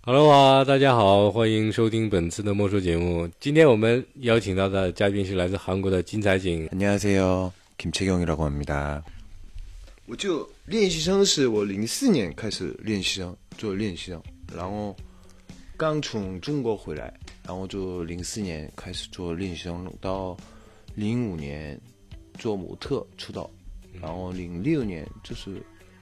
Hello 啊，大家好，欢迎收听本次的莫说节目。今天我们邀请到的嘉宾是来自韩国的金彩景。 안녕하세요. 김채경이라고 합니다. 我就练习生是我04年开始练习生做练习生，然后刚从中国回来，然后就04年开始做练习生，到05年做模特出道，然后06年就是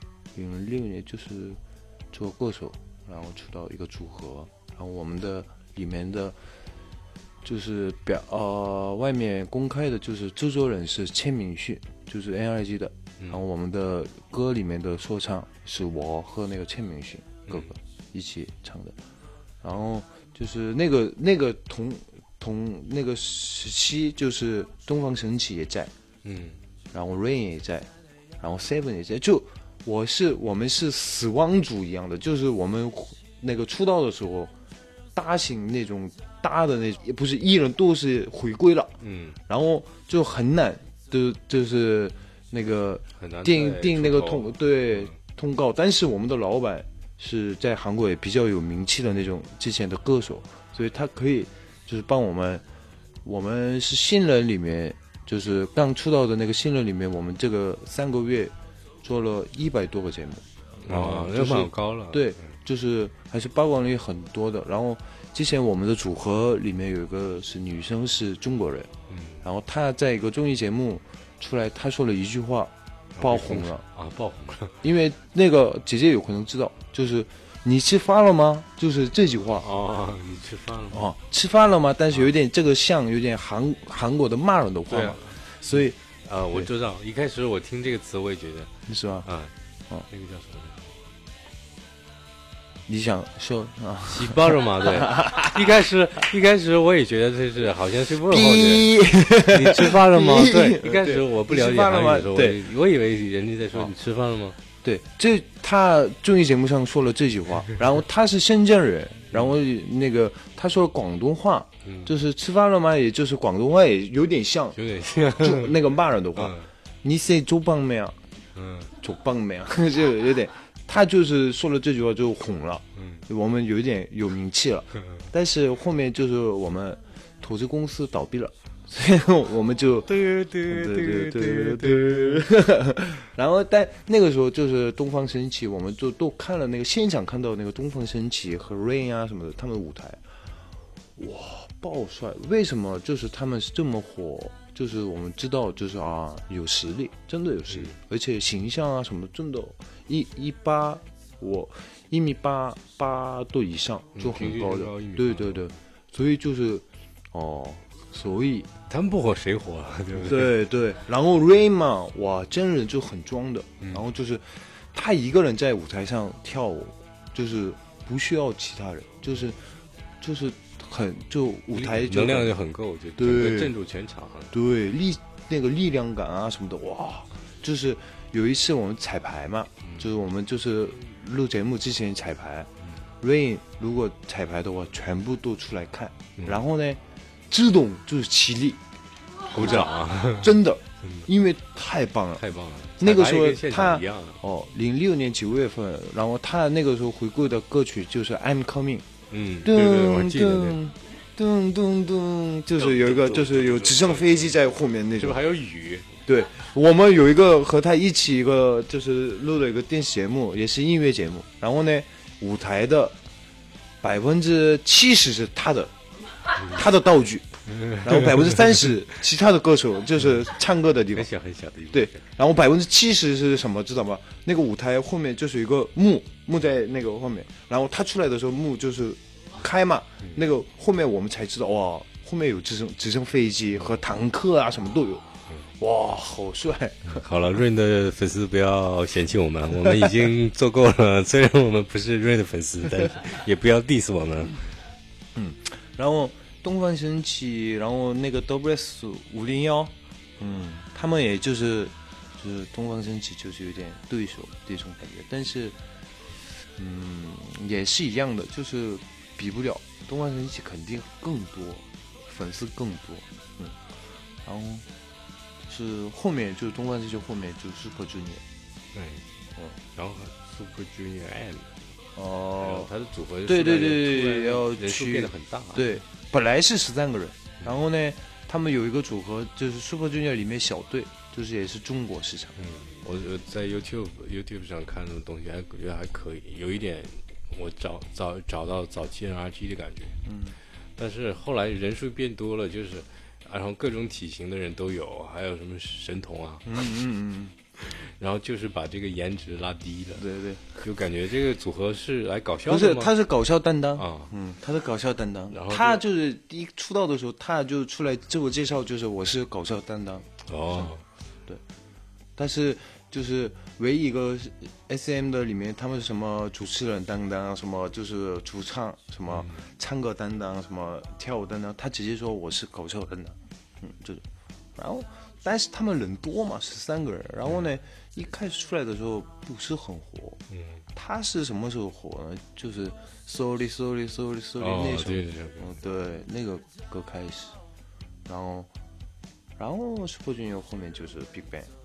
做歌手，然后出道一个组合，然后我们的里面的就是外面公开的就是制作人是千明旭，就是 NRG 的，然后我们的歌里面的说唱是我和那个千明旭哥哥一起唱的，然后就是那个同那个时期就是东方神起也在，然后 Rain 也在，然后 Seven 也在，就我们是死亡组一样的，就是我们那个出道的时候，大型那种大的那也不是艺人都是回归了，然后就很难，就是那个定那个通告，但是我们的老板是在韩国也比较有名气的那种之前的歌手，所以他可以就是帮我们是新人里面，就是刚出道的那个新人里面，我们这个3个月做了100多个节目， 那蛮高了。 对，就是还是曝光率很多的。然后之前我们的组合里面有一个是女生是中国人，然后她在一个综艺节目出来，她说了一句话，爆红了啊，爆红了。 因为那个姐姐有可能知道，就是你吃饭了吗？就是这句话。 你吃饭了吗？ 吃饭了吗？但是有点这个像有点韩国的骂人的话嘛，所以我知道，一开始我听这个词我也觉得是吧？ 那个叫什么？ 你想说洗包了嘛？对，一开始我也觉得这是好像是问候的。你吃饭了吗？对，一开始我不了解韩语的时候，我以为人家在说你吃饭了吗？ 对，这他综艺节目上说了这句话，然后他是深圳人，然后那个他说了广东话，就是吃饭了吗？也就是广东话也有点像，就那个骂人的话，你是做棒没啊？做棒没啊？就有点。他就是说了这句话就红了，我们有点有名气了，但是后面就是我们投资公司倒闭了，所以我们就对，然后但那个时候就是东方神起，我们就都看了那个现场，看到那个东方神起和 Rain 啊什么的，他们的舞台，哇，爆帅！为什么就是他们是这么火？就是我们知道，就是有实力，真的有实力，而且形象啊什么，真的1.88都以上，就很高的，对，所以就是所以他们不火谁火啊？对不对？ 对，然后 Rain 嘛，哇，真人就很装的，然后就是他一个人在舞台上跳舞，就是不需要其他人，就是就舞台就能量就很够，就整个镇住全场。 对，那个力量感啊什么的，哇！就是有一次我们彩排嘛，就是我们就是录节目之前彩排，Rain 如果彩排的话，全部都出来看，然后呢，自动就是起立鼓掌啊， 真的，因为太棒了， 太棒了。 那个时候他06年9月份，然后他那个时候回归的歌曲就是 I'm Coming。 对，我记得噔，就是有一个，就是有直升飞机在后面那种， 是不是还有雨？ 对，我们有一个和他一起一个，就是录了一个电视节目，也是音乐节目。然后呢，舞台的70%是他的道具，然后30%其他的歌手就是唱歌的地方， 很小的地方。 对，然后70%是什么知道吗？那个舞台后面就是有一个幕在那个后面，然后他出来的时候幕就是开嘛，那个后面我们才知道哇，后面有直升飞机和坦克啊什么都有，哇，好帅！ 好了，Rain 的粉丝不要嫌弃我们，我们已经做够了。虽然我们不是 Rain 的粉丝，但是也不要 diss 我们。 然后东方神起，然后那个 WS501，他们也就是东方神起就是有点对手这种感觉，但是也是一样的，就是比不了东方神起，肯定更多粉丝更多，然后是后面就是东方神起后面就是 Super Junior， 对，然后 Super Junior M， 哦， 他的组合对，要人数变得很大。 对，本来是13个人，然后呢，他们有一个组合就是 Super Junior 里面小队，就是也是中国市场。 我在 YouTube 上看的东西还觉得还可以，有一点我找到早期 NRG 的感觉。但是后来人数变多了，就是然后各种体型的人都有，还有什么神童啊。然后就是把这个颜值拉低了， 对， 就感觉这个组合是来搞笑的吗？ 不是，他是搞笑担当啊， 他是搞笑担当。 然后他就是第一出道的时候，他就出来自我介绍，就是我是搞笑担当。对，但是就是唯一一个 SM 的里面，他们什么主持人担当，什么就是主唱，什么唱歌担当，什么跳舞担当，他直接说我是搞笑担当，这种，然后。但是他们人多嘛，13个人。然后呢，一开始出来的时候不是很火。他是什么时候火呢？就是 Sorry 那首，对，那个歌开始。然后 Super Junior 后面就是 Big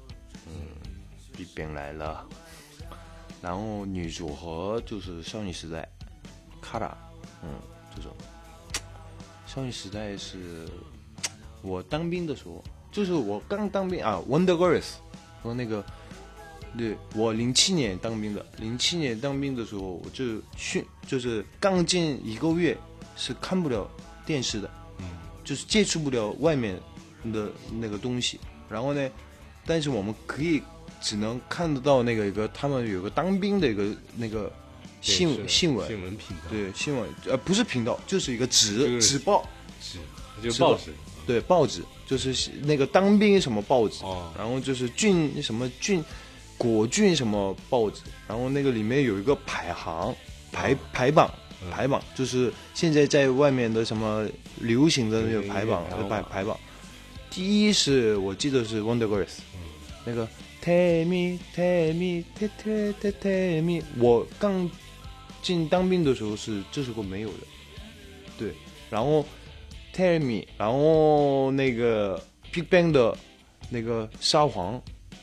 Bang，Big Bang 来了。然后女组合就是少女时代，Kara，这种。少女时代是我当兵的时候。就是我刚当兵啊 ，Wonder Girls 和那个，对我07年当兵的，07年当兵的时候，我就是刚进1个月是看不了电视的，就是接触不了外面的那个东西。然后呢，但是我们只能看得到那个他们有个当兵的一个那个新闻频道， 对新闻不是频道，就是一个纸报， 就是报纸。 对，报纸就是那个当兵什么报纸，然后就是果郡什么报纸，然后那个里面有一个排榜，就是现在在外面的什么流行的那个排榜，第一是我记得是 Wonder Girls，那个 Tell me Tell me Tell me， 我刚进当兵的时候是这首歌没有的，对，然后。Tell me， 然后那个 Big Bang 的那个沙皇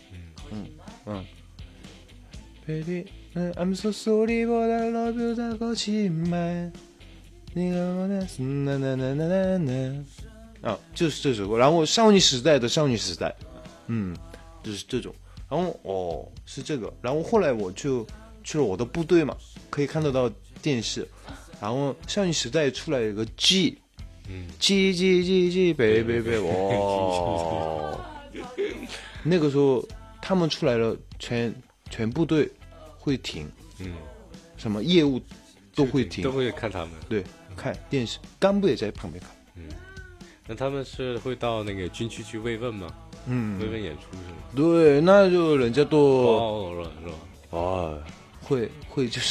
，Baby， I'm so sorry but I love you 的歌曲吗？就是这首歌。然后少女时代的少女时代，就是这种。然后是这个。然后后来我就去了我的部队嘛，可以看得到电视。然后少女时代出来有个 G。G，哇！那个时候他们出来了，全部队会停，什么业务都会停， 都会看他们， 对，看电视，干部也在旁边看， 那他们是会到那个军区去慰问吗？慰问演出是吗？ 对，那就人家都了是吧？ 会就是。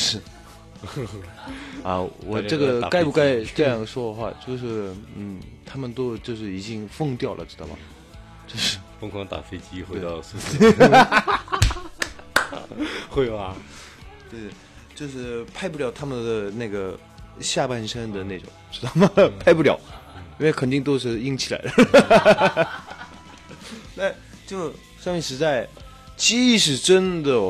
我这个该不该这样说的话，就是他们都就是已经疯掉了，知道吗？就是疯狂打飞机回到宿舍，会吧？ 对，就是拍不了他们的那个下半身的那种，知道吗？拍不了，因为肯定都是硬起来的。那就少女时代，记忆是真的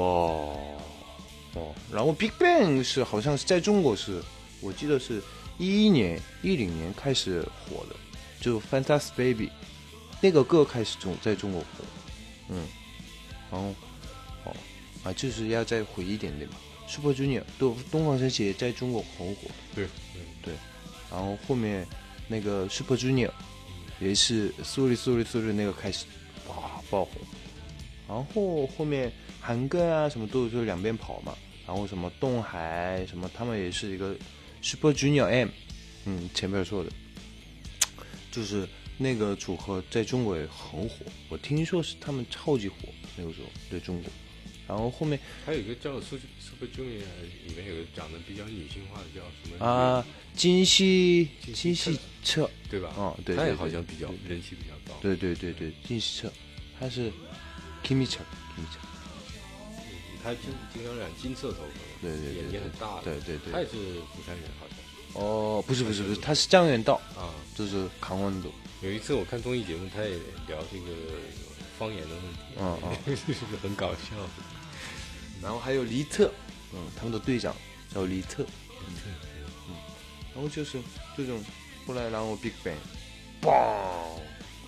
然后 Big Bang 是好像是在中国我记得是10年开始火的，就 Fantastic Baby 那个歌开始在中国火，然后就是要再回一点嘛 ，Super Junior 东方神起在中国很火， 对， 然后后面那个 Super Junior 也是 Sorry 那个开始爆红，然后后面韩歌啊什么都是两边跑嘛。然后什么东海什么，他们也是一个 Super Junior M，前面说的，就是那个组合在中国也很火，我听说是他们超级火那个时候在中国。然后后面还有一个叫 Super Junior， 里面有个长得比较女性化的叫什么金希澈， 对吧？ 对， 他也好像比较人气比较高。 对，金希澈，他是 Kimi 澈。 他经常染金色头发， 对， 眼睛很大， 对， 他也是釜山人，好像。 不是，他是江原道就是강원도。 有一次我看综艺节目，他也聊这个方言的问题，就是很搞笑。 然后还有黎特，他们的队长叫李特，然后就是这种，后来然后 Big Bang， 嘣，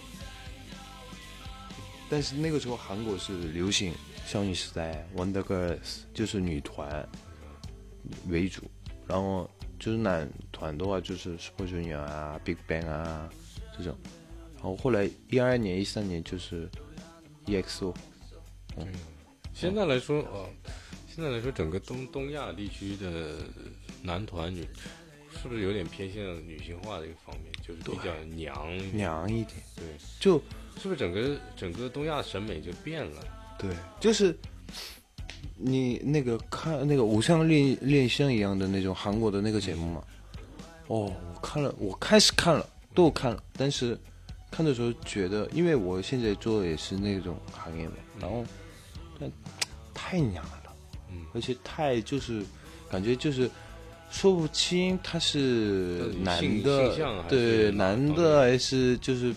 但是那个时候韩国是流行少女时代 Wonder Girls， 就是女团为主，然后就是男团的话就是 Super Junior 啊 Big Bang 啊这种，然后后来12年13年就是 EXO。 现在来说整个东亚地区的男团女是不是有点偏向女性化的一个方面，就是比较娘一点， 对， 就是不是整个东亚审美就变了？ 对，就是你那个看那个偶像练习一样的那种韩国的那个节目嘛，我看了，我开始看了，都看了，但是看的时候觉得，因为我现在做的也是那种行业嘛，然后但太娘了，而且太就是感觉就是说不清他是男的，对，男的还是就是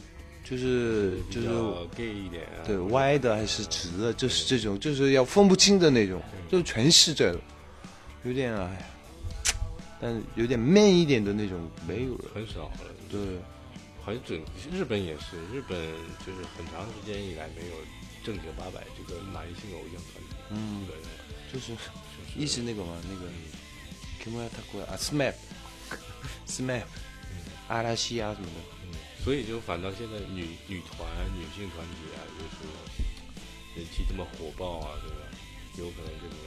gay 一点啊， 对，歪的还是直的，就是这种，就是要分不清的那种，就全是这种，有点哎呀，但有点 man 一点的那种没有了， 很少了。 对， 好像日本也是，日本就是很长时间以来没有正经八百这个男性偶像团体， 就是一直那个嘛，那个Kimura Takuya 啊 ，SMAP，阿拉西啊什么的， 所以就反倒现在女团、女性团体啊，就是人气这么火爆啊，对吧？有可能这个原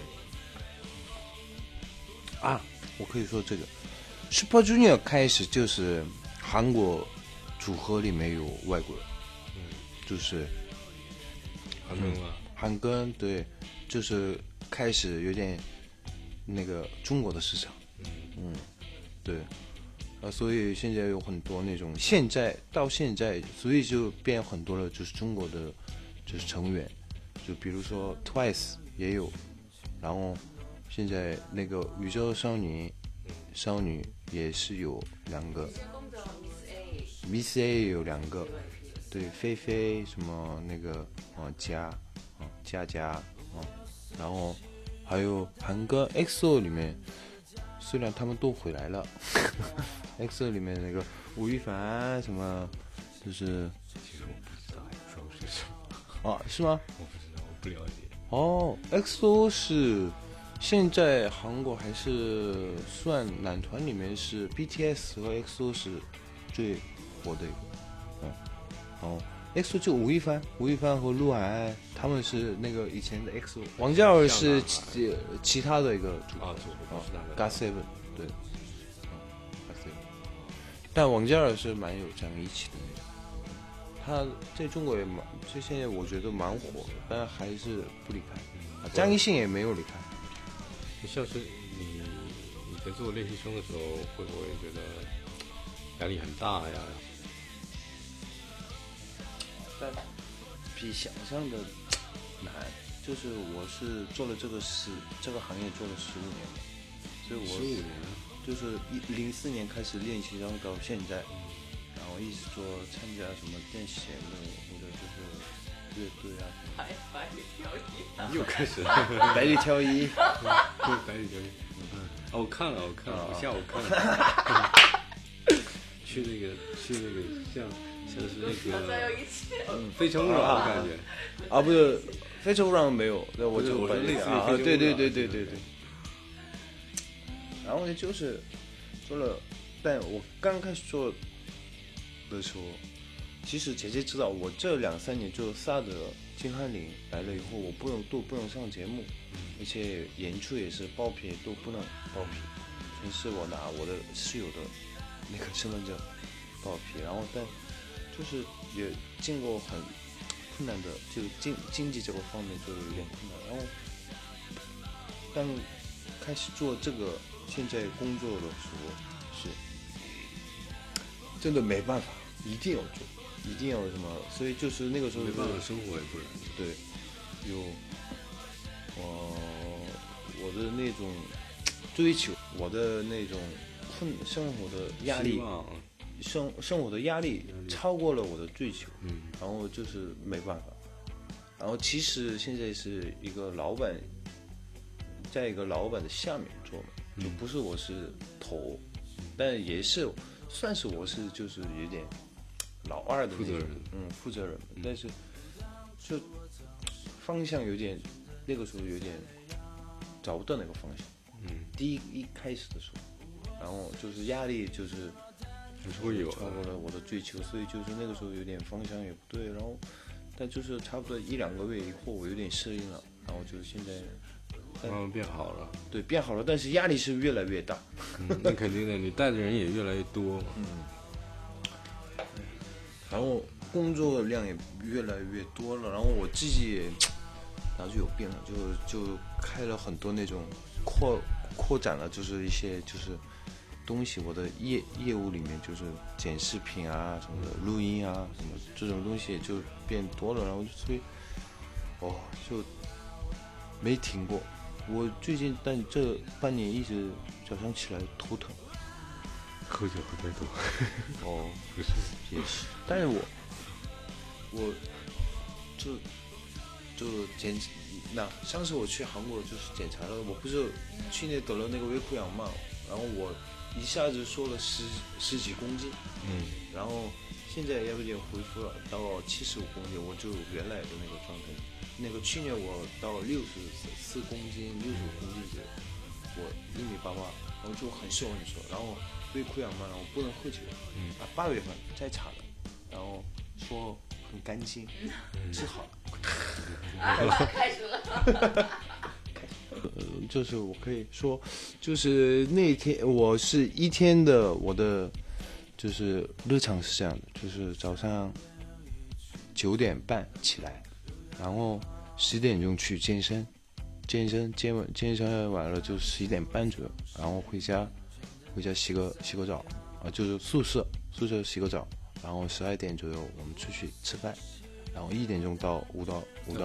因啊，我可以说这个 Super Junior 开始就是韩国组合里面有外国人，就是韩庚对，就是开始有点那个中国的市场，对，所以现在有很多那种到现在，所以就变很多了，就是中国的就是成员，就比如说 Twice 也有，然后现在那个宇宙少女也是有2个，Miss A 也有2个，对，菲菲什么那个佳，然后还有韩庚 EXO 里面，虽然他们都回来了，EXO 里面那个吴亦凡什么，就是其实我不知道EXO是什么是吗？ 我不知道，我不了解。 EXO 是现在韩国还是算男团里面是 BTS 和 EXO 是最火的一个，然后 EXO 就吴亦凡和鹿晗，他们是那个以前的 EXO， 王嘉尔是其他的一个组合，GOT7，对，GOT7，但王嘉尔是蛮有张一起的那种，他在中国也就现在我觉得蛮火的，但还是不离开，张艺兴也没有离开。 像是你在做练习生的时候，会不会觉得压力很大呀？ 但比想象的难，就是我是做了这个行业做了15年，所以我 15年就是04年开始练习，然后到现在，然后一直参加什么电视节目，或者就是乐队啊， 百里挑一， 又开始百里挑一， 百里挑一，我看了，我下午看了，去那个像是那个非诚勿扰的感觉不是非诚勿扰没有，那我就类似于对，然后呢就是做了，但我刚开始做的时候，其实姐姐知道我这2-3年就萨德金汉林来了以后，我不能上节目，而且演出也是报批都不能报批，全是我拿我的室友的那个身份证报批，然后但就是也经过很困难的，就经济这个方面就有点困难，然后当开始做这个现在工作的时候，是真的没办法，一定要做，一定要什么，所以就是那个时候没办法生活也不然， 对，有我的那种追求，我的那种生活的压力，生活的压力超过了我的追求，然后就是没办法，然后其实现在是一个老板，在一个老板的下面做嘛， 就不是我是头，但也是算是我是就是有点老二的那种，负责人，但是就方向有点那个时候有点找不到那个方向，一开始的时候，然后就是压力就是会有超过了我的追求，所以就是那个时候有点方向也不对，然后但就是差不多1-2个月以后我有点适应了，然后就现在变好了， 对，变好了，但是压力是越来越大。 那肯定的，你带的人也越来越多。 然后工作量也越来越多了，然后我自己也脑子有病了，就开了很多那种扩展了，就是一些就是东西，我的业务里面就是剪视频啊什么的，录音啊什么这种东西就变多了，然后所以就没停过。我最近但这半年一直早上起来头疼， 喝酒喝太多。 不是，也是，但是我就上次我去韩国就是检查了，我不是去年得了那个胃溃疡嘛，然后我一下子瘦了十几公斤，然后现在有点恢复了，到75公斤，我就原来的那个状态。那个去年我到64公斤、65公斤左右，我1.88米，然后就很瘦，然后胃溃疡嘛，然后不能喝酒，8月份再查的，然后说很干净，治好了， 开始了。 就是我可以说，就是那天我是一天的我的就是日常是这样的，就是早上9点半起来，然后10点钟去健身完了就11点半左右，然后回家洗个澡就是宿舍洗个澡，然后12点左右我们出去吃饭，然后1点钟到舞蹈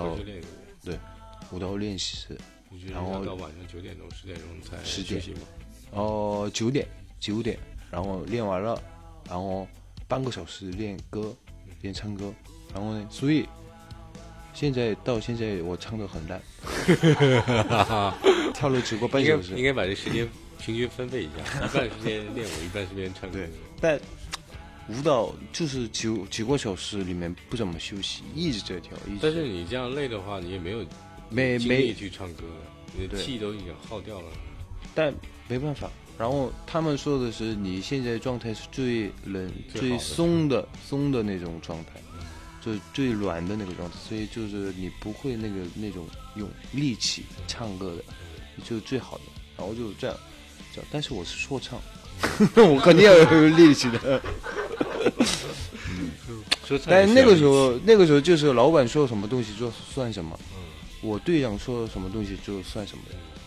练习室，然后到晚上9点钟10点钟才 10 休息吗 ？9点，然后练完了，然后半个小时练唱歌，然后呢，所以到现在我唱得很烂，跳了只过半小时， 应该把这时间平均分配一下，一半时间练舞，一半时间唱歌。 对，但舞蹈就是几个小时里面不怎么休息，一直在跳。 但是你这样累的话，你也没有精力去唱歌，你的气都已经耗掉了。 但没办法，然后他们说的是你现在状态是最松的那种状态，就最软的那个状态，所以就是你不会那种用力气唱歌的，就最好的。然后就这样，但是我是说唱，我肯定要有力气的。但那个时候就是老板说什么东西就算什么，我队长说什么东西就算什么，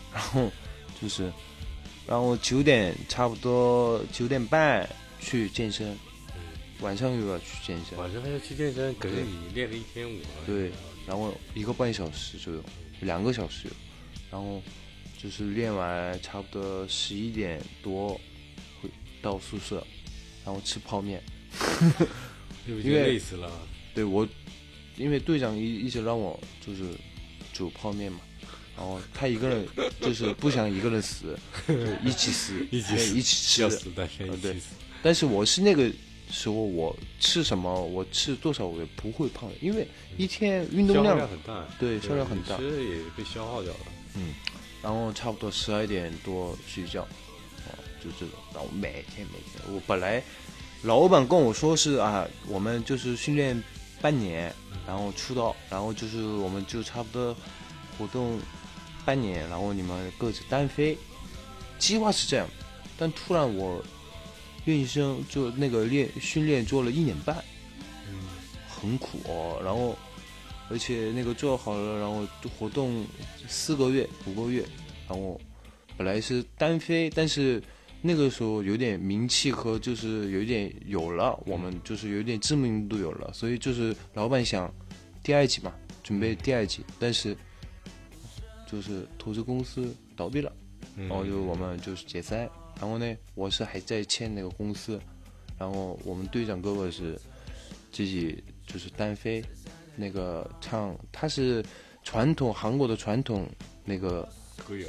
然后差不多9点半去健身，晚上又要去健身， 晚上还要去健身，可是你练了一天舞了。 对，然后1个半小时左右，2个小时，然后就是练完差不多11点多回到宿舍，然后吃泡面。 因为累死了。 对，因为队长一直让我就是煮泡面嘛，然后他一个人就是不想一个人死，一起死，一起吃， 要死但是一起死。 但是我是那个时候我吃什么，我吃多少我也不会胖的，因为一天运动量很大， 对，销量很大， 吃也被消耗掉了。 然后差不多12点多睡觉，就这种。然后每天，我本来老板跟我说是我们就是训练半年，然后出道，然后就是我们就差不多活动半年，然后你们各自单飞，计划是这样。但突然我练习生就那个训练做了1年半，很苦然后而且那个做好了，然后活动4个月5个月，然后本来是单飞，但是那个时候有点名气和就是有点有了，我们就是有点知名度有了，所以就是老板想第2季嘛，准备第2季，但是就是投资公司倒闭了，然后我们就是解散，然后呢，我是还在欠那个公司，然后我们队长哥哥是自己就是单飞，那个唱他是韩国的传统那个歌谣，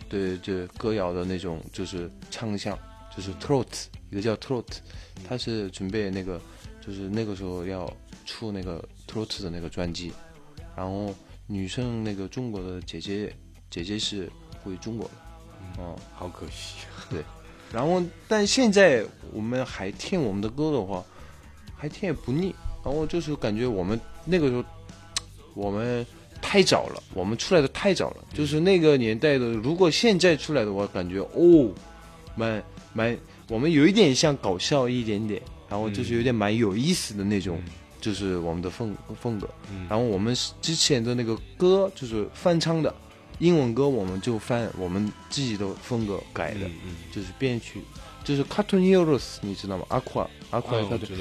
对，这歌谣的那种就是唱腔，就是 throat， 一个叫 throat， 他是准备那个就是那个时候要出那个 throat 的那个专辑，然后女生那个中国的姐姐是回中国的， 好可惜。 对，然后但现在我们还听我们的歌的话，还听也不腻，然后就是感觉我们那个时候我们太早了，我们出来的太早了，就是那个年代的，如果现在出来的话，感觉蛮，我们有一点像搞笑一点点，然后就是有点蛮有意思的那种，就是我们的风格。然后我们之前的那个歌就是翻唱的英文歌，我们就翻我们自己的风格改的，就是编曲，就是 Cartoon Heroes， 你知道吗？Aqua 我知道。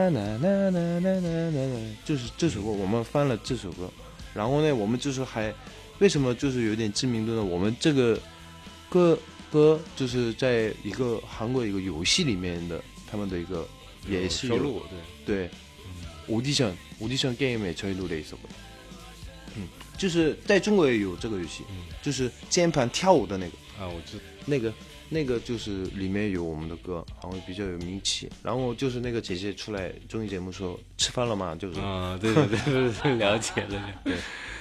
就是这首歌我们翻了这首歌，然后呢，我们就是还为什么就是有点知名度呢？我们这个歌就是在一个韩国一个游戏里面的，他们的一个也是收录， 对，audition 게임에 저희 노래 있었거든。就是在中国也有这个游戏，就是键盘跳舞的那个我知道那个就是里面有我们的歌，然后比较有名气。然后就是那个姐姐出来综艺节目说吃饭了吗？就是对，了解了，对。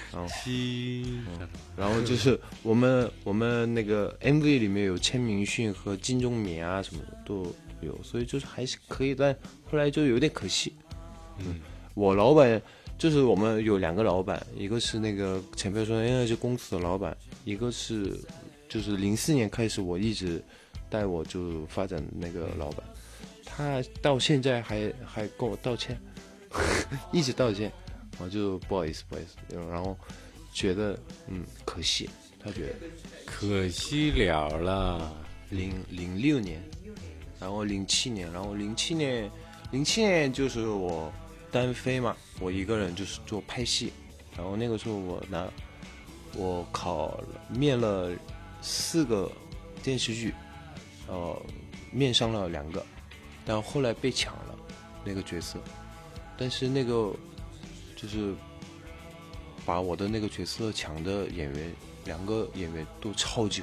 然后就是我们那个 MV 里面有签名讯和金钟敏啊什么的都有，所以就是还是可以，但后来就有点可惜。我老板就是我们有2个老板，一个是那个前辈说energy公司的老板，一个是就是04年开始我一直带我就发展那个老板，他到现在还跟我道歉，一直道歉。我就不好意思，然后觉得可惜，他觉得可惜了。 06年，然后07年，然后07年就是我单飞嘛，我一个人就是做拍戏，然后那个时候我面了4个电视剧，面上了2个，但后来被抢了那个角色，但是那个。就是把我的那个角色抢的演员，2个演员都超级火，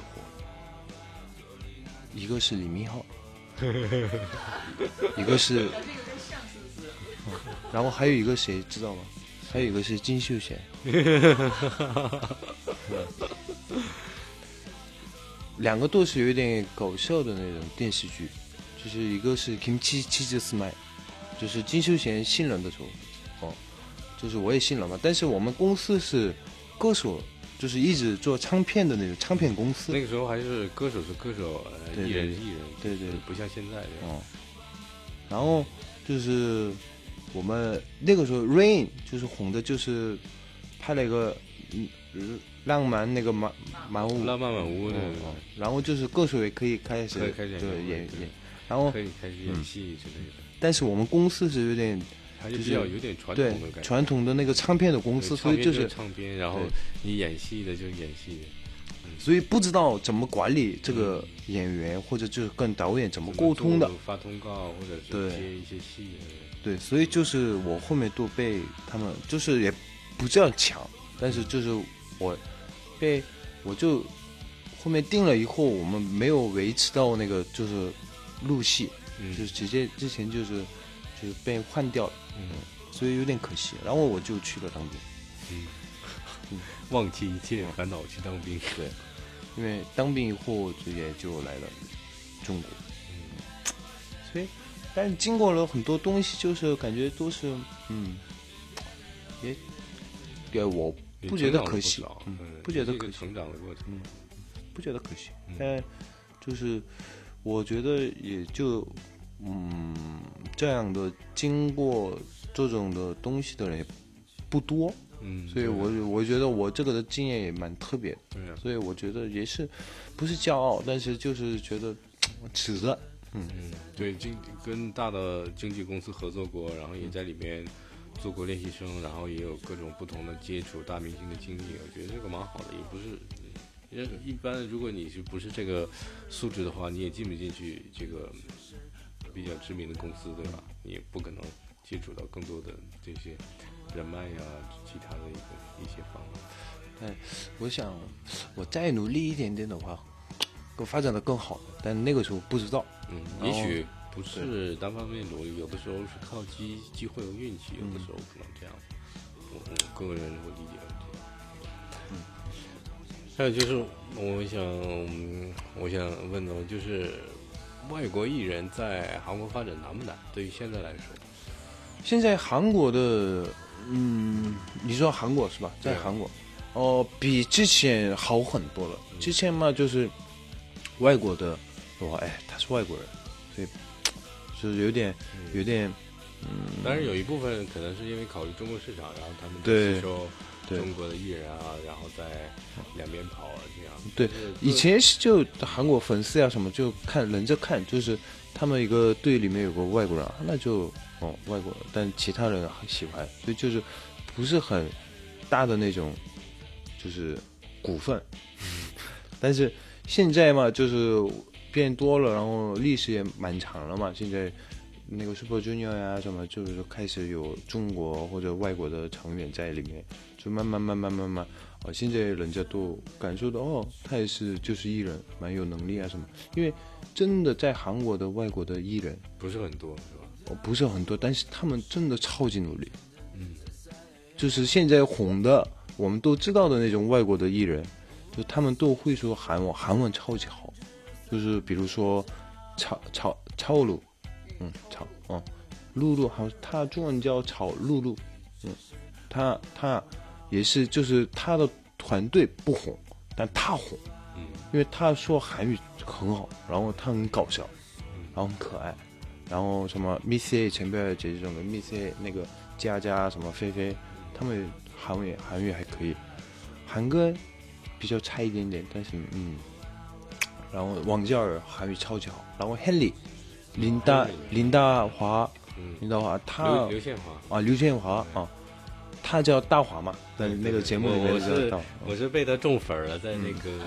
一个是李明浩，一个是，然后还有一个谁知道吗？还有一个是金秀贤，2个都是有点搞笑的那种电视剧，就是一个是 Kimchi Cheese Smile， 就是金秀贤新人的时候。就是我也信了嘛，但是我们公司是歌手，就是一直做唱片的那种唱片公司。 那个时候还是歌手是歌手，艺人是艺人， 对， 不像现在这样。 然后就是我们那个时候 Rain 就是红的，就是拍了一个浪漫那个满屋， 浪漫满屋的， 然后就是歌手也可以开始对演，然后可以开始演戏之类的。 但是我们公司是有点。 还是比较有点传统的感觉， 传统的那个唱片的公司，所以就是唱片，然后你演戏的就演戏， 所以不知道怎么管理这个演员，或者就是跟导演怎么沟通的， 发通告或者是接一些戏， 对，所以就是我后面都被他们就是也不这样抢，但是就是我就后面定了以后，我们没有维持到那个就是录戏，就是直接之前就是被换掉了。所以有点可惜，然后我就去了当兵。 忘记一切烦恼去当兵。 对，因为当兵以后也就来了中国。所以，但是经过了很多东西，就是感觉都是也我不觉得可惜，不觉得可惜， 成长的过程， 不觉得可惜。但就是我觉得也就。这样的经过这种的东西的人也不多，所以我觉得我这个的经验也蛮特别的，所以我觉得也是不是骄傲，但是就是觉得值了。 对，跟大的经纪公司合作过，然后也在里面做过练习生，然后也有各种不同的接触大明星的经历，我觉得这个蛮好的，也不是。一般如果你不是这个素质的话，你也进不进去这个比较知名的公司，对吧？你也不可能接触到更多的这些人脉呀，其他的一些方面。 但我想我再努力一点点的话，会发展的更好，但那个时候不知道。 也许不是单方面努力，有的时候是靠机会和运气，有的时候可能这样。我个人会理解这样。还有就是我想问的就是外国艺人在韩国发展难不难？对于现在来说， 现在韩国的，你说韩国是吧？在韩国，比之前好很多了。之前嘛，就是外国的，他是外国人，所以就是有点， 当然有一部分可能是因为考虑中国市场，然后他们吸收中国的艺人啊，然后在两边跑啊，这样。 对，以前是就韩国粉丝啊什么，就忍着看，就是他们一个队里面有个外国人，那就外国人，但其他人很喜欢，所以就是不是很大的那种，就是股份。但是现在嘛，就是变多了，然后历史也蛮长了嘛，现在。那个 Super Junior 呀，什么就是开始有中国或者外国的成员在里面，就慢慢，现在人家都感受到他也是就是艺人，蛮有能力啊什么。因为真的在韩国的外国的艺人不是很多，是吧？ 不是很多，但是他们真的超级努力。就是现在红的，我们都知道的那种外国的艺人，就他们都会说韩文超级好，就是比如说超鲁。露露，好像他中文叫草露露，他也是，就是他的团队不红，但他红，因为他说韩语很好，然后他很搞笑，然后很可爱，然后什么 Miss A 前辈姐姐这种的 Miss A 那个佳佳什么菲菲，他们韩语还可以，韩歌比较差一点点，但是然后王嘉尔韩语超级好，然后 Henry。林大华，他刘宪华啊，他叫大华嘛，在那个节目里面叫大华。 我是被他中粉了，在那个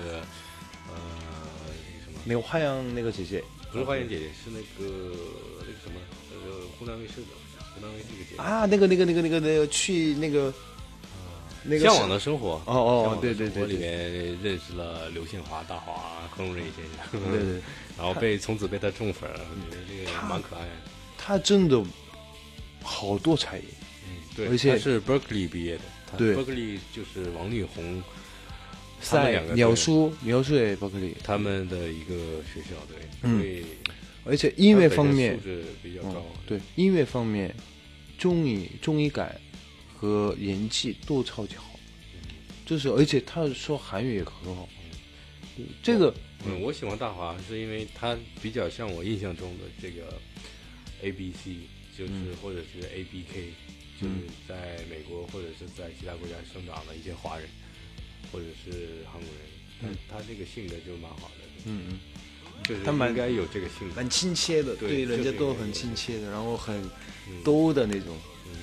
那个花样那个姐姐， 不是花样姐姐，是那个什么湖南卫视的节目啊，那个去那个向往的生活对， 我里面认识了刘宪华、大华、亨瑞先生， 对， 然后从此被他中粉了，我觉得这个蛮可爱的。 他真的好多才艺， 对， 而且他是 Berkeley 毕业的， 对 ，Berkeley 就是王力宏、 鸟叔也 Berkeley 他们的一个学校，对，所以而且音乐方面素质比较高， 对，音乐方面综艺感。和演技都超级好，就是而且他说韩语也很好。这个我喜欢大华是因为他比较像我印象中的这个 ABC， 就是或者是 ABK， 就是在美国或者是在其他国家生长的一些华人或者是韩国人，他这个性格就蛮好的，就是他应该有这个性格， 蛮亲切的，对人家都很亲切的，然后很兜的那种。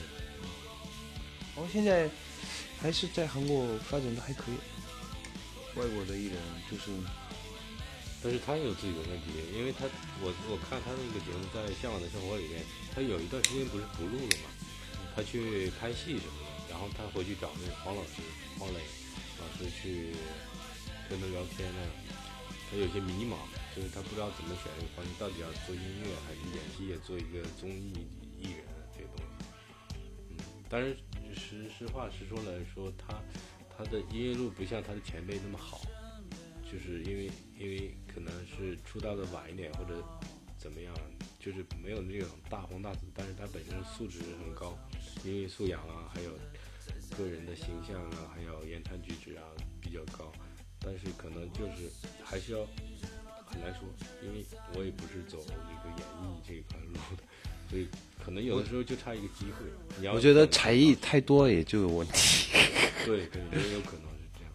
然后现在还是在韩国发展的还可以，外国的艺人就是， 但是他有自己的问题，因为我看他那个节目在《向往的生活》里面，他有一段时间不是不录了嘛，他去拍戏什么的，然后他回去找那个黄磊老师去跟他聊天呢，他有些迷茫，就是他不知道怎么选一个方向，到底要做音乐还是演戏，也做一个综艺艺人这个东西。当然实话实说来说，他的音乐路不像他的前辈那么好，就是因为可能是出道的晚一点或者怎么样，就是没有那种大红大紫，但是他本身素质很高，音乐素养啊，还有个人的形象啊，还有言谈举止啊比较高，但是可能就是还是要很难说，因为我也不是走这个演艺这一块路的，所以可能有的时候就差一个机会。 我觉得才艺太多也就有问题。 对，也有可能是这样。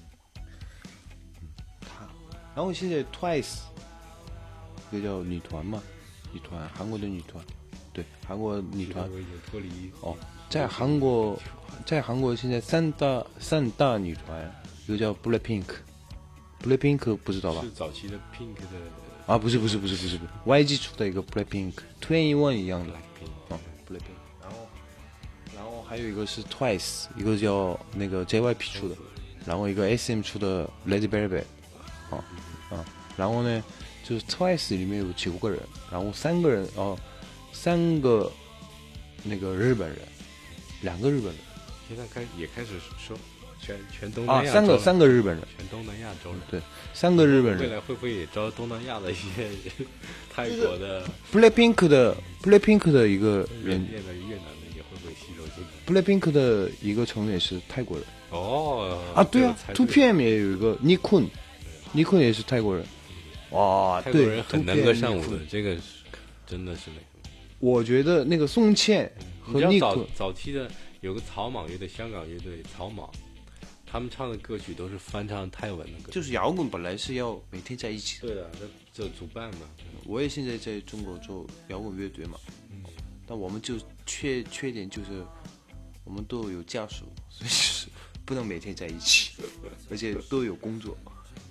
然后现在 Twice 这叫女团嘛，韩国的女团，对，韩国女团已经脱离在韩国现在三大女团，一个叫 Blackpink 不知道吧？ 是早期的 Pink 的啊，不是 YG 出的一个 Blackpink 一样的Blackpink，然后还有一个是 Twice， 一个叫那个 JYP 出的， 然后一个 SM 出的 Lady Baby， 然后呢就是 Twice 里面有9个人，然后3个那个日本人，2个日本人， 现在也开始说全东南亚 3个日本人， 全东南亚州人， 对，3个日本人， 未来会不会也招东南亚的一些泰国的 Blackpink 的一个人， 越南的也会不会吸收进来 ？Blackpink 的一个成员是泰国人。对啊 ，2PM 也有一个 Nikon 也是泰国人。哇， 泰国人很能歌善舞的，这个真的是那个。 我觉得那个宋茜和 Nikon 早期的有个草蜢乐队，香港乐队草蜢，他们唱的歌曲都是翻唱泰文的歌曲。 就是摇滚本来是要每天在一起的。 对的，这主办嘛。 我也现在在中国做摇滚乐队嘛，但我们就缺点就是我们都有家属，所以就是不能每天在一起，而且都有工作，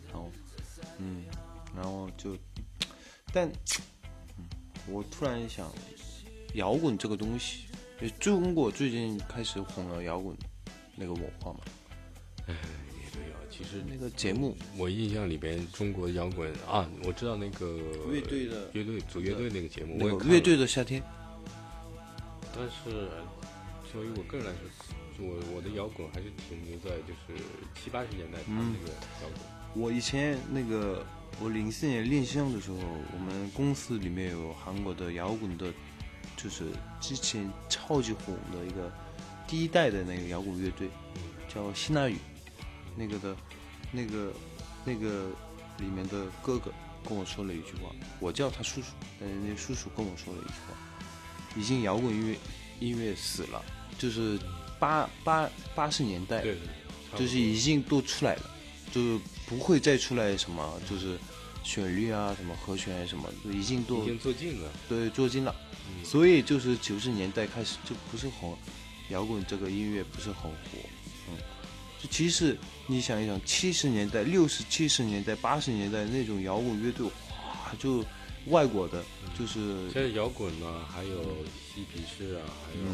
然后就，但，我突然想，摇滚这个东西，中国最近开始红了摇滚那个文化嘛。 也对啊，其实那个节目， 我印象里边中国摇滚啊，我知道那个乐队组乐队那个节目， 那个我也看了乐队的夏天。 但是，作为我个人来说，我的摇滚还是停留在就是70、80年代他们那个摇滚。 我以前我04年练声的时候，我们公司里面有韩国的摇滚的，就是之前超级红的一个第一代的那个摇滚乐队，叫希纳语，那个里面的哥哥跟我说了一句话，我叫他叔叔，但是那叔叔跟我说了一句话，已经摇滚音乐死了，就是80年代， 对， 就是已经都出来了，就是不会再出来什么，就是旋律啊什么和弦什么，已经做尽了， 对，做尽了。所以就是90年代开始就不是很摇滚这个音乐不是很火，就其实你想一想，70年代、60、70年代、80年代那种摇滚乐队，哇，就外国的，就是现在摇滚呢，还有嬉皮士啊，还有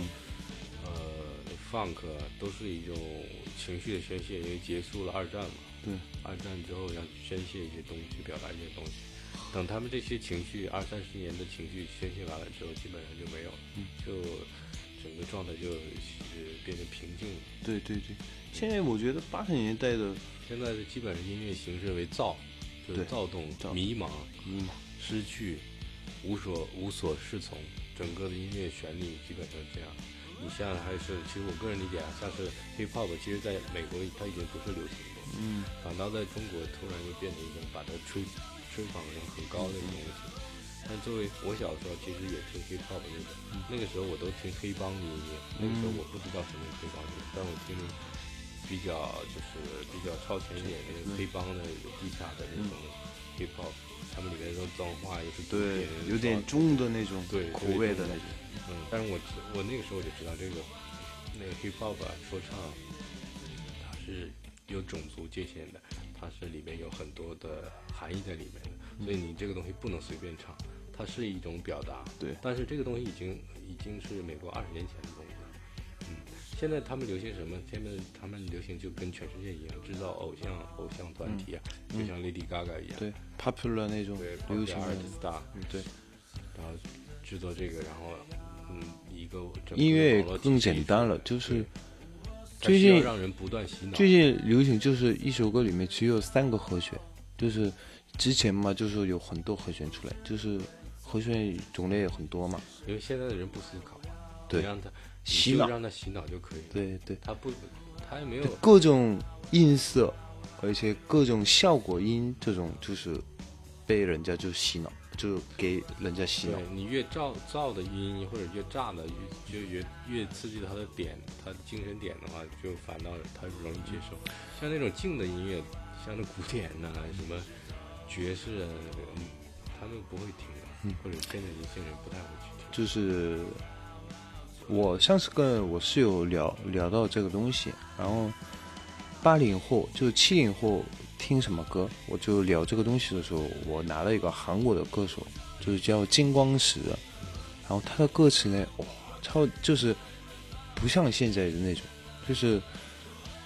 funk 啊，都是一种情绪的宣泄，因为结束了2战嘛。 对， 二战之后要宣泄一些东西，表达一些东西。等他们这些情绪20-30年的情绪宣泄完了之后，基本上就没有了，就整个状态就变得平静了。 对，现在我觉得80年代的， 现在基本上音乐形式为就是躁动、迷茫、失去、无所适从，整个的音乐旋律基本上这样。你像还是，其实我个人理解啊，像是 hip hop， 其实在美国它已经不是流行的，反倒在中国突然就变成一种把它吹捧成很高的东西。但作为我小时候，其实也听 hip hop 那个时候我都听黑帮音乐，那个时候我不知道什么是黑帮音乐，但我听比较超前一点的黑帮的地下的那种 hip hop， 他们里面那种脏话也是对，有点重的那种口味的那种。 但是我那个时候就知道那个 hip hop 说唱，它是有种族界限的，它是里面有很多的含义在里面的，所以你这个东西不能随便唱，它是一种表达。 对， 但是这个东西已经是美国20年前的东西了。现在他们流行什么？现在他们流行就跟全世界一样，制造偶像团体啊，就像 Lady Gaga 一样， 对 ，popular 那种流行的 star， 对， 然后制作这个，然后一个音乐更简单了，就是最近让人不断洗脑。 最近流行就是一首歌里面只有3个和弦，就是之前嘛，就是有很多和弦出来，就是和弦种类很多嘛。 因为现在的人不思考， 对， 让他洗脑， 让他洗脑就可以了。 对， 他也没有各种音色，而且各种效果音，这种就是被人家就洗脑。就给人家洗脑， 你越燥的音或者越炸的，就越刺激他的点，他的精神点的话，就反倒他容易接受。像那种静的音乐，像那古典呐、什么爵士啊，他们不会听的，或者现在年轻人不太会去听。 就是我上次跟我室友聊到这个东西，然后80后就是70后。听什么歌，我就聊这个东西的时候，我拿了一个韩国的歌手，就是叫金光石，然后他的歌词呢，哇，就是不像现在的那种，就是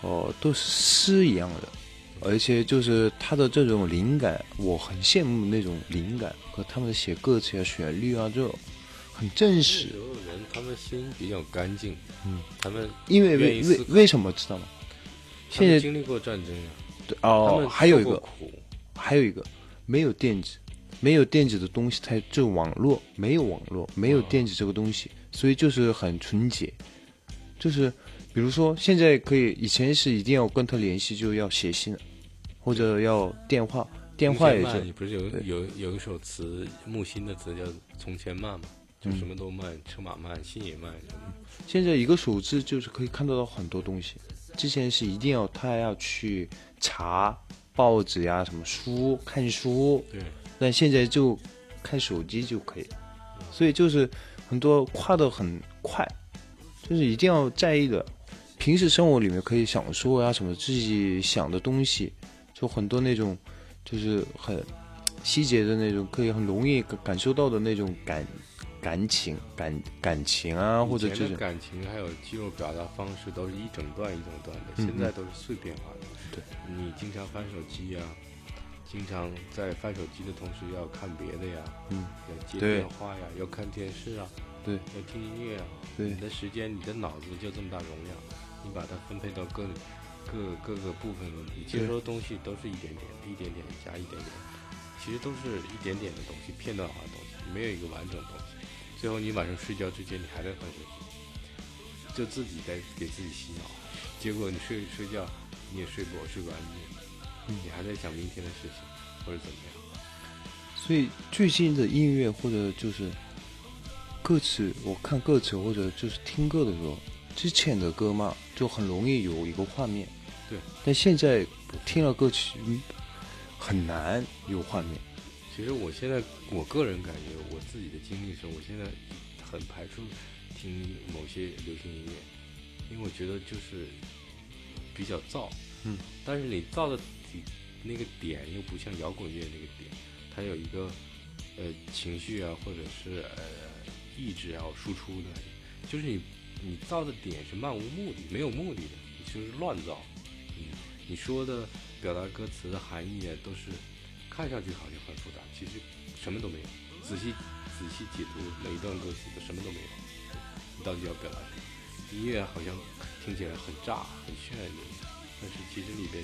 都是诗一样的，而且就是他的这种灵感，我很羡慕那种灵感和他们写歌词啊、旋律啊，就很真实。 那时候人他们心比较干净，他们因为为什么知道吗？现在经历过战争啊， 对还有一个没有电子。没有电子的东西，它就网络没有网络，没有电子这个东西，所以就是很纯洁。就是比如说现在可以，以前是一定要跟他联系，就要写信，或者要电话也是。 你不是有一首词木心的词叫“从前慢”嘛，就什么都慢，车马慢，信也慢。 现在一个手机就是可以看得到很多东西，之前是一定要他要去查报纸呀、什么书看书， 对。 但现在就看手机就可以，所以就是很多跨得很快，就是一定要在意的。平时生活里面可以享受啊什么自己想的东西，就很多那种就是很细节的那种，可以很容易感受到的那种感情啊，或者这种感情还有肌肉表达方式都是一整段一整段的，现在都是碎片化的。 对， 你经常翻手机啊。经常在翻手机的同时要看别的呀，要接电话呀，要看电视啊， 对， 要听音乐啊， 对， 你的时间，你的脑子就这么大容量，你把它分配到各个部分，你接收的东西都是一点点加一点点，其实都是一点点的东西，片段化的东西，没有一个完整的东西。最后你晚上睡觉之前你还在翻手机，就自己在给自己洗脑，结果你睡觉你也睡不安静。你还在想明天的事情，或者怎么样？ 所以最近的音乐或者就是歌词，我看歌词或者就是听歌的时候，之前的歌嘛，就很容易有一个画面。 对。但现在听了歌曲，很难有画面。 其实我现在我个人感觉，我自己的经历是，我现在很排除听某些流行音乐，因为我觉得就是比较燥。但是你燥的那个点又不像摇滚乐那个点，它有一个情绪啊，或者是意志要输出的，就是你造的点是漫无目的，没有目的的，你就是乱造。你说的表达歌词的含义啊，都是看上去好像很复杂，其实什么都没有。仔细解读每一段歌词都什么都没有，你到底要表达什么？音乐好像听起来很炸很炫的，但是其实里边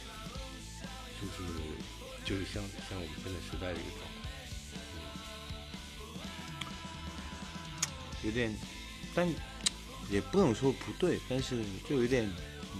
就是像我们现在时代的一个状态， 有点，但也不能说不对，但是就有点，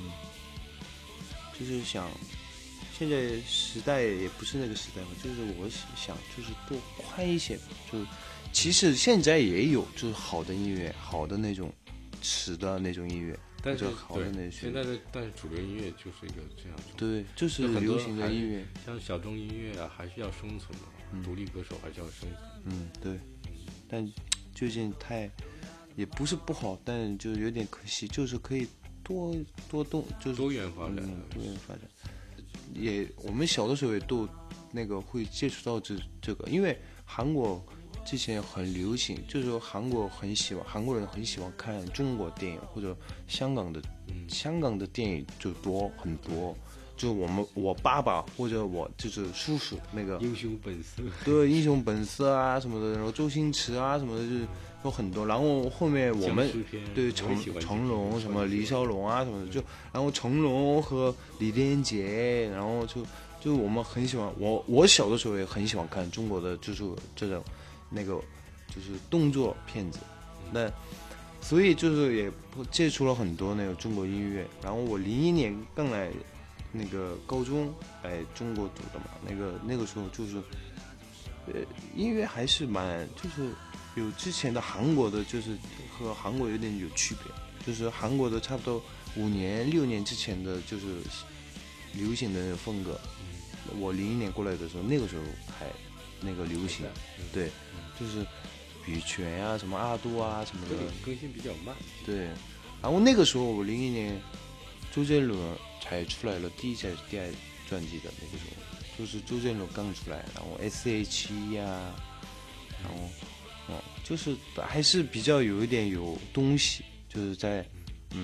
就是想，现在时代也不是那个时代嘛，就是我想就是多宽一些，就其实现在也有就是好的音乐，好的那种词的那种音乐。 但是好的那现在的但是主流音乐就是一个这样， 对，就是流行的音乐， 像小众音乐啊，还是要生存的，独立歌手还是要生存。 对。但最近也不是不好，但就有点可惜，就是可以多动，就是多元发展， 多元发展。也我们小的时候也都那个会接触到这个，因为韩国之前很流行，就是说韩国人很喜欢看中国电影或者香港的电影就很多，就我爸爸或者我就是叔叔那个英雄本色， 对，英雄本色啊什么的，然后周星驰啊什么的就有很多，然后后面我们对成龙什么李小龙啊什么的，就然后成龙和李连杰，然后就我们很喜欢，我小的时候也很喜欢看中国的就是这种那个就是动作片子，那所以就是也接触了很多那个中国音乐。然后我01年刚来那个高中来中国读的嘛，那个时候就是音乐还是蛮就是有之前的韩国的，就是和韩国有点有区别，就是韩国的差不多5年6年之前的就是流行的那个风格。我01年过来的时候，那个时候还那个流行，对，就是羽泉啊，什么阿杜啊什么的， 更新比较慢。 对，然后那个时候我01年，周杰伦才出来了第二专辑的那个时候，就是周杰伦刚出来，然后 S.H.E 啊，然后就是还是比较有一点有东西，就是在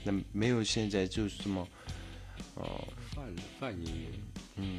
那没有现在就是这么泛音乐。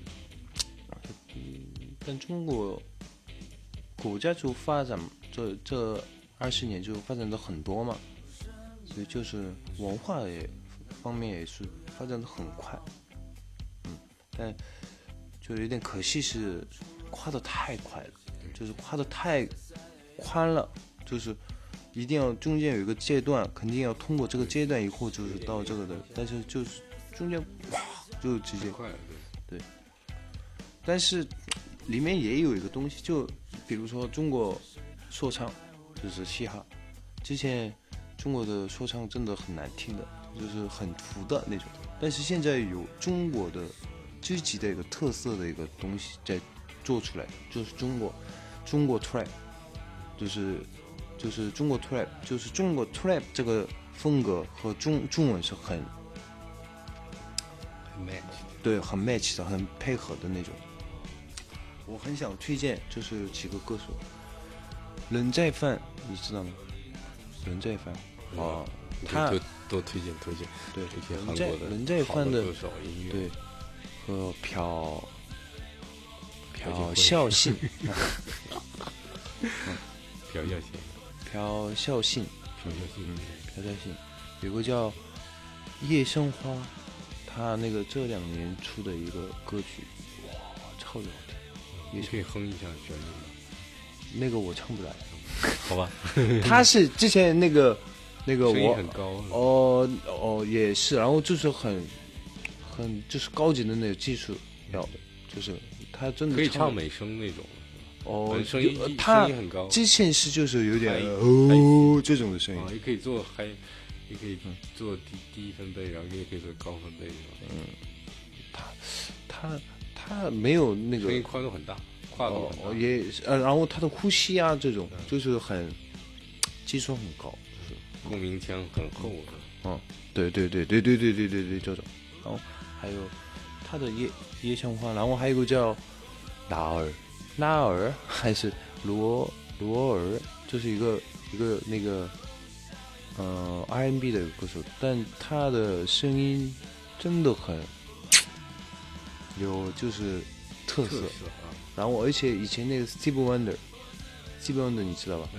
但中国国家就发展这20年就发展的很多嘛，所以就是文化方面也是发展的很快，但就有点可惜是跨得太快了，就是跨得太宽了，就是一定要中间有一个阶段，肯定要通过这个阶段以后就是到这个的，但是就是中间哇就直接快了， 对。但是里面也有一个东西，就比如说中国说唱，就是嘻哈。之前中国的说唱真的很难听的，就是很土的那种。但是现在有中国的自己的一个特色的一个东西在做出来，就是中国 trap， 就是中国 trap， 就是中国 trap 这个风格和中文是很 match， 对，很 match 的，很配合的那种。我很想推荐就是几个歌手，任在范，你知道吗？任在范他多推荐对这些韩国的任在范的歌手音乐， 对，和朴孝信，朴孝信，有个叫夜生花，他那个这2年出的一个歌曲，哇，超级好听。 你可以哼一下旋律吗？ 那个我唱不来， 好吧。 他是之前那个声音很高， 也是，然后就是很就是高级的那个技术要的，就是他真的可以唱美声那种。声音很高。 之前是就是有点这种的声音， 也可以做嗨，也可以做低分贝，然后也可以做高分贝。 他没有那个声音宽度很大，跨度很大， 也然后他的呼吸啊这种就是很技术很高，就是共鸣腔很厚的。 对这种。然后还有他的夜生花，然后还有个叫拉尔还是罗尔，就是一个那个R&B 的一个歌手，但他的声音真的很有就是特色然后而且以前那个 Stevie Wonder 你知道吧？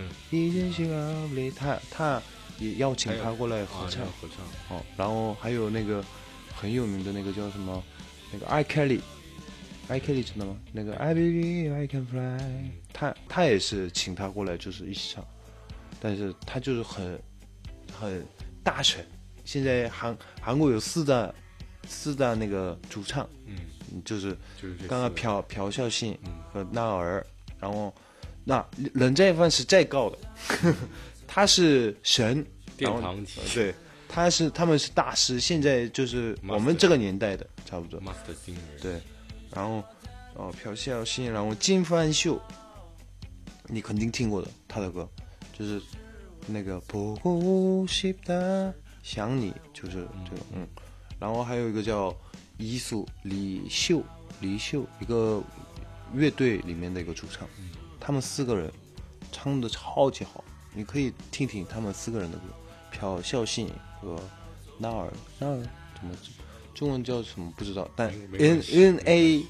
他也邀请他过来合唱。然后还有那个很有名的那个叫什么，那个 I Kelly 知道吗？那个 I believe I can fly， 他也是请他过来就是一起唱，但是他就是很大神。现在韩国有四大那个主唱，就是刚刚朴孝信和纳尔，然后那任在范是再高的，他是神殿堂级， 对，他们是大师，现在就是我们这个年代的差不多。 Master Singer， 对，然后朴孝信，然后金范秀，你肯定听过的他的歌，就是那个보고 싶다想你，就是这个然后还有一个叫李秀，一个乐队里面的一个主唱，他们4个人唱的超级好，你可以听听他们4个人的歌，朴孝信和纳尔怎么中文叫什么不知道，但 NAUL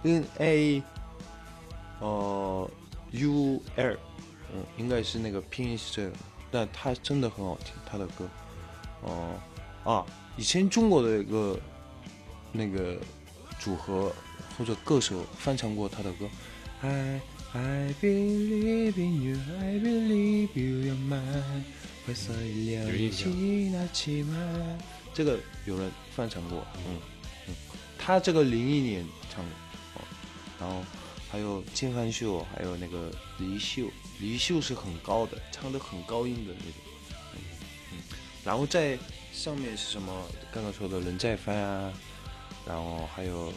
应该是那个拼音是这个，但他真的很好听，他的歌以前中国的一个那个组合或者歌手翻唱过他的歌I believe in you, I believe you're mine， 벌써 1년이 지났지만这个有人翻唱过，他这个01年唱的，然后还有金范秀，还有那个黎秀是很高的，唱的很高音的那种，然后在上面是什么？刚刚说的任在范啊，然后还有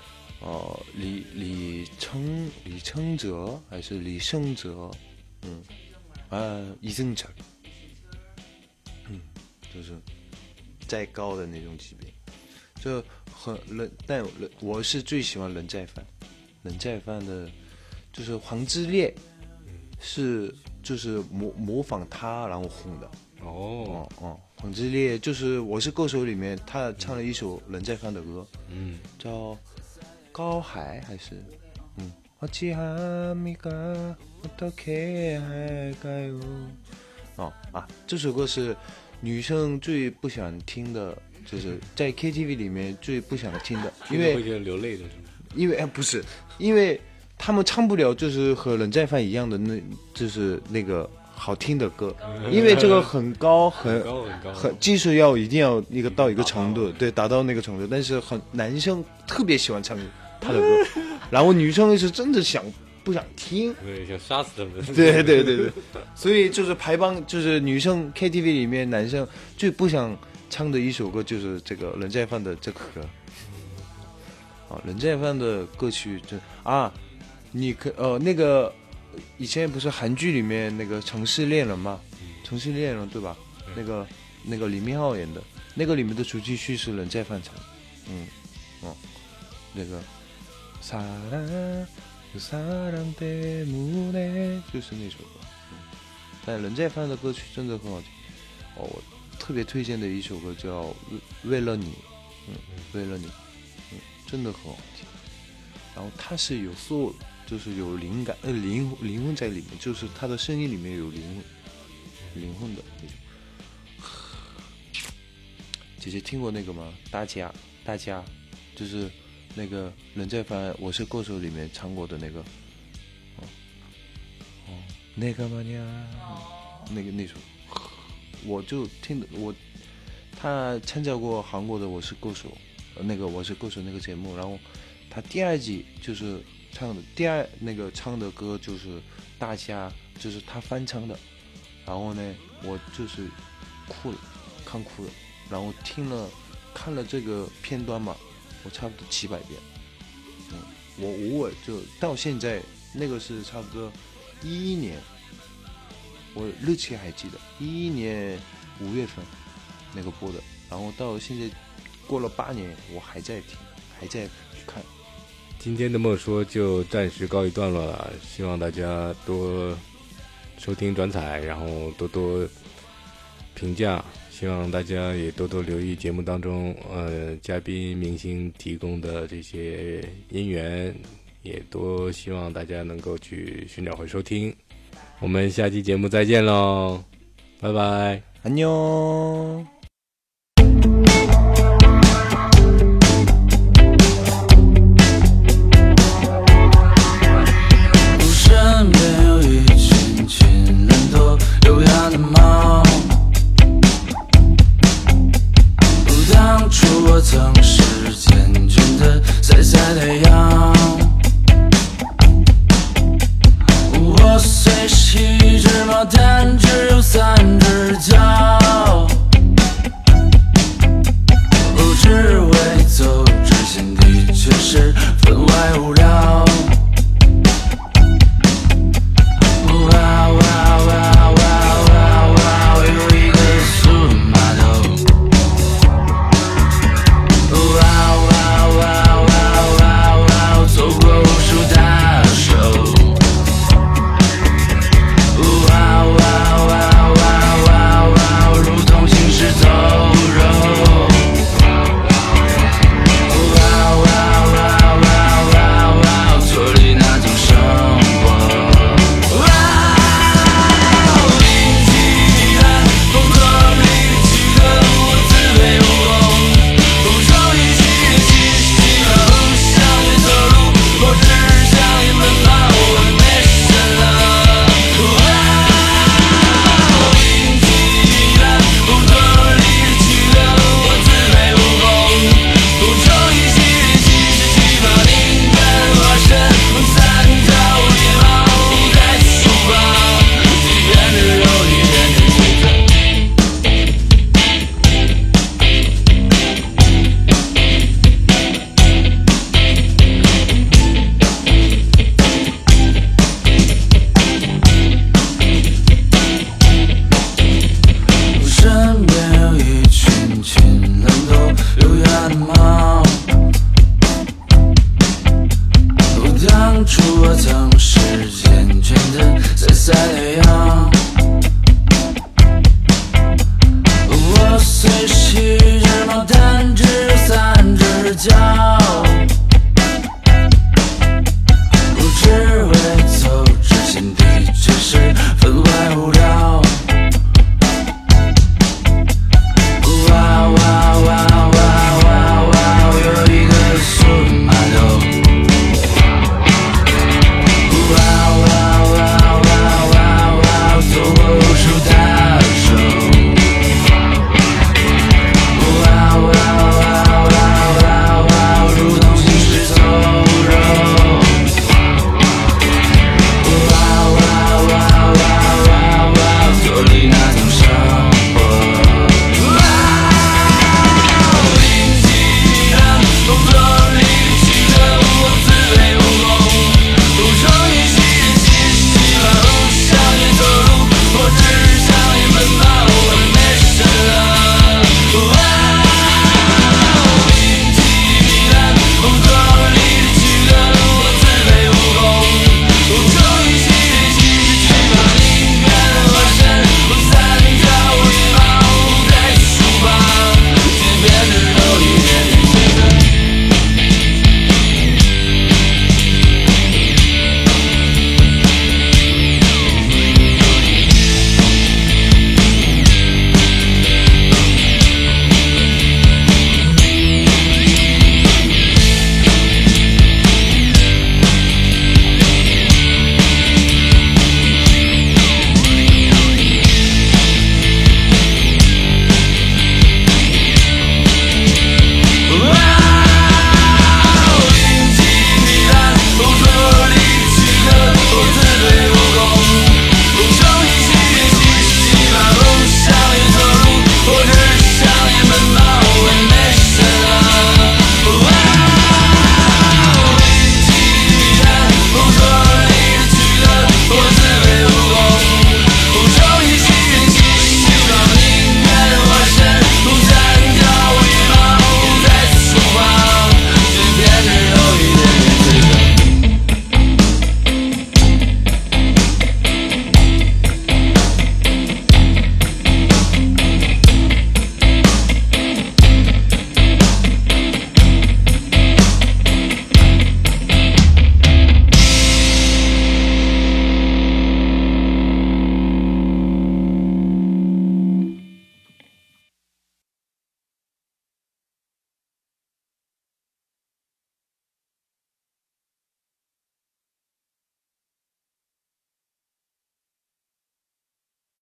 李承哲还是李圣哲，이승철，就是再高的那种级别，就但我是最喜欢任在范的，就是黄致列是就是模仿他然后红的。 很激烈，就是《我是歌手》里面他唱了一首任在放的歌，叫《高海》还是这首歌是女生最不想听的，就是在 KTV 里面最不想听的，因为会觉得流泪的是吗？ 因为不是，因为他们唱不了，就是和任在放一样的就是那个好听的歌，因为这个很高很技术一定要到一个程度，对，达到那个程度，但是男生特别喜欢唱他的歌，然后女生是真的不想听， 对，想杀死他们。 对，所以就是排帮，就是女生 KTV 里面男生最不想唱的一首歌就是这个任在放的这个歌。任在放的歌曲那个以前不是韩剧里面那个城市猎人吗？城市猎人对吧？那个李敏镐演的，那个里面的主题曲是任在放唱，那个사랑때문에就是那首歌，但任在放的歌曲真的很好听。我特别推荐的一首歌叫《为了你》，为了你，真的很好听。然后它是有就是有灵感，灵魂在里面，就是他的声音里面有灵魂的那种。姐姐听过那个吗？大家就是那个任在放《我是歌手》里面唱过的那个，那个嘛呀，那首，我就听他参加过韩国的《我是歌手》，那个《我是歌手》那个节目，然后他第二季就是唱的歌就是大家就是他翻唱的，然后呢我就是看哭了，然后看了这个片段嘛，我差不多700遍，我偶尔就到现在，那个是差不多11年，我日期还记得，11年5月份那个播的，然后到现在过了8年，我还在听，还在看。 今天的莫说就暂时告一段落了，希望大家多收听转采，然后多多评价，希望大家也多多留意节目当中嘉宾明星提供的这些音源，也多希望大家能够去寻找回收听。我们下期节目再见喽，拜拜， 安妞。 身边有一群懒惰优雅的猫，当初我曾是坚决的晒太阳，我虽是一只猫，但只有3只脚，只为走之前的确是分外无聊。有一个速码头，走过无数大手，如同行尸走肉，脱离那种生活。当初我曾是坚决的在晒太阳。